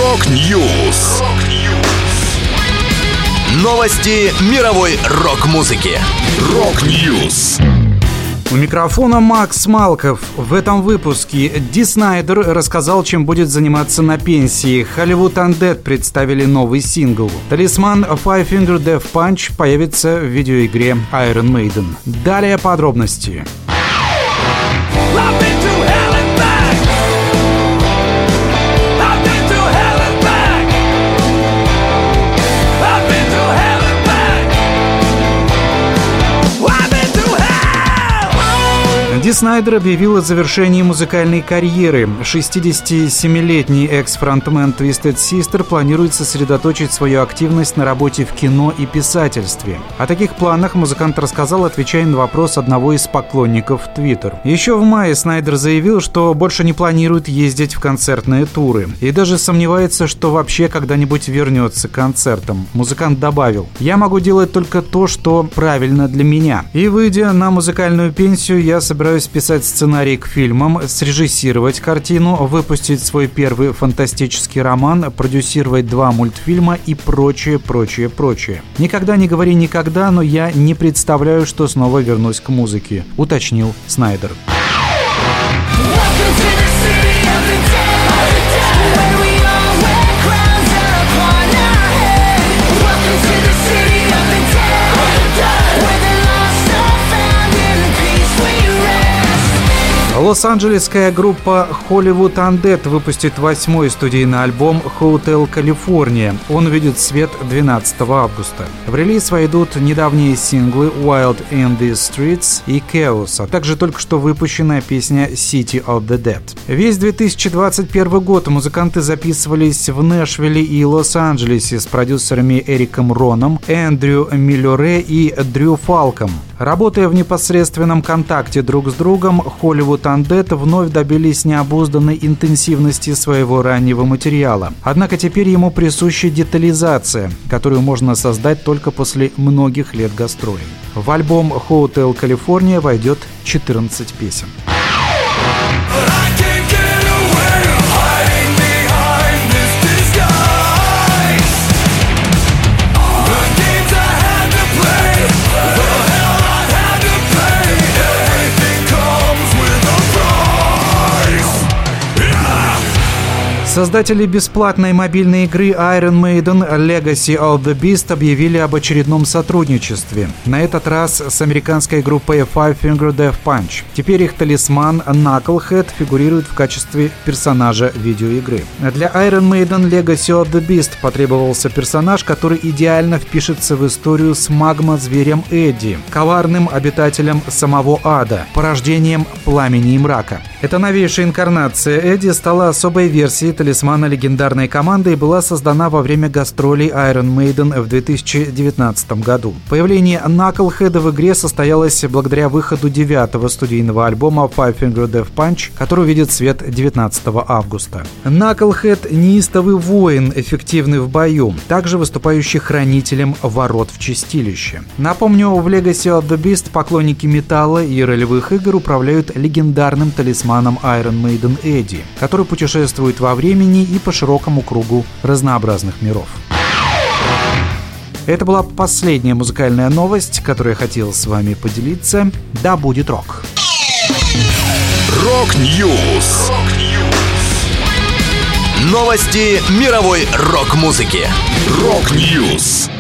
Рок-Ньюс. Новости мировой рок-музыки. Рок-Ньюс. У микрофона Макс Малков. В этом выпуске Ди Снайдер рассказал, чем будет заниматься на пенсии. Hollywood Undead представили новый сингл. Талисман Five Finger Death Punch появится в видеоигре Iron Maiden. Далее подробности. Ди Снайдер объявил о завершении музыкальной карьеры. 67-летний экс-фронтмен Twisted Sister планирует сосредоточить свою активность на работе в кино и писательстве. О таких планах музыкант рассказал, отвечая на вопрос одного из поклонников в Twitter. Еще в мае Снайдер заявил, что больше не планирует ездить в концертные туры. И даже сомневается, что вообще когда-нибудь вернется к концертам. Музыкант добавил: «Я могу делать только то, что правильно для меня. И, выйдя на музыкальную пенсию, я собираюсь писать сценарий к фильмам, срежиссировать картину, выпустить свой первый фантастический роман, продюсировать 2 мультфильма и прочее. Никогда не говори никогда, но я не представляю, что снова вернусь к музыке», — уточнил Снайдер. Лос-Анджелесская группа Hollywood Undead выпустит 8-й студийный альбом Hotel California. Он увидит свет 12 августа. В релиз войдут недавние синглы Wild in the Streets и Chaos, а также только что выпущенная песня City of the Dead. Весь 2021 год музыканты записывались в Нэшвилле и Лос-Анджелесе с продюсерами Эриком Роном, Эндрю Миллере и Дрю Фалком. Работая в непосредственном контакте друг с другом, Hollywood Undead вновь добились необузданной интенсивности своего раннего материала. Однако теперь ему присуща детализация, которую можно создать только после многих лет гастролей. В альбом Hotel California войдет 14 песен. Создатели бесплатной мобильной игры Iron Maiden Legacy of the Beast объявили об очередном сотрудничестве. На этот раз с американской группой Five Finger Death Punch. Теперь их талисман Knucklehead фигурирует в качестве персонажа видеоигры. Для Iron Maiden Legacy of the Beast потребовался персонаж, который идеально впишется в историю с магма-зверем Эдди, коварным обитателем самого ада, порождением пламени и мрака. Эта новейшая инкарнация Эдди стала особой версией талисмана легендарной команды и была создана во время гастролей Iron Maiden в 2019 году. Появление Knucklehead в игре состоялось благодаря выходу 9-го студийного альбома Five Finger Death Punch, который увидит свет 19 августа. Knucklehead — неистовый воин, эффективный в бою, также выступающий хранителем ворот в чистилище. Напомню, в Legacy of the Beast поклонники металла и ролевых игр управляют легендарным талисманом Iron Maiden Эдди, который путешествует во времени и по широкому кругу разнообразных миров. Это была последняя музыкальная новость, которую я хотел с вами поделиться. Да будет рок! Рок-Ньюс. Новости мировой рок-музыки. Рок-Ньюс.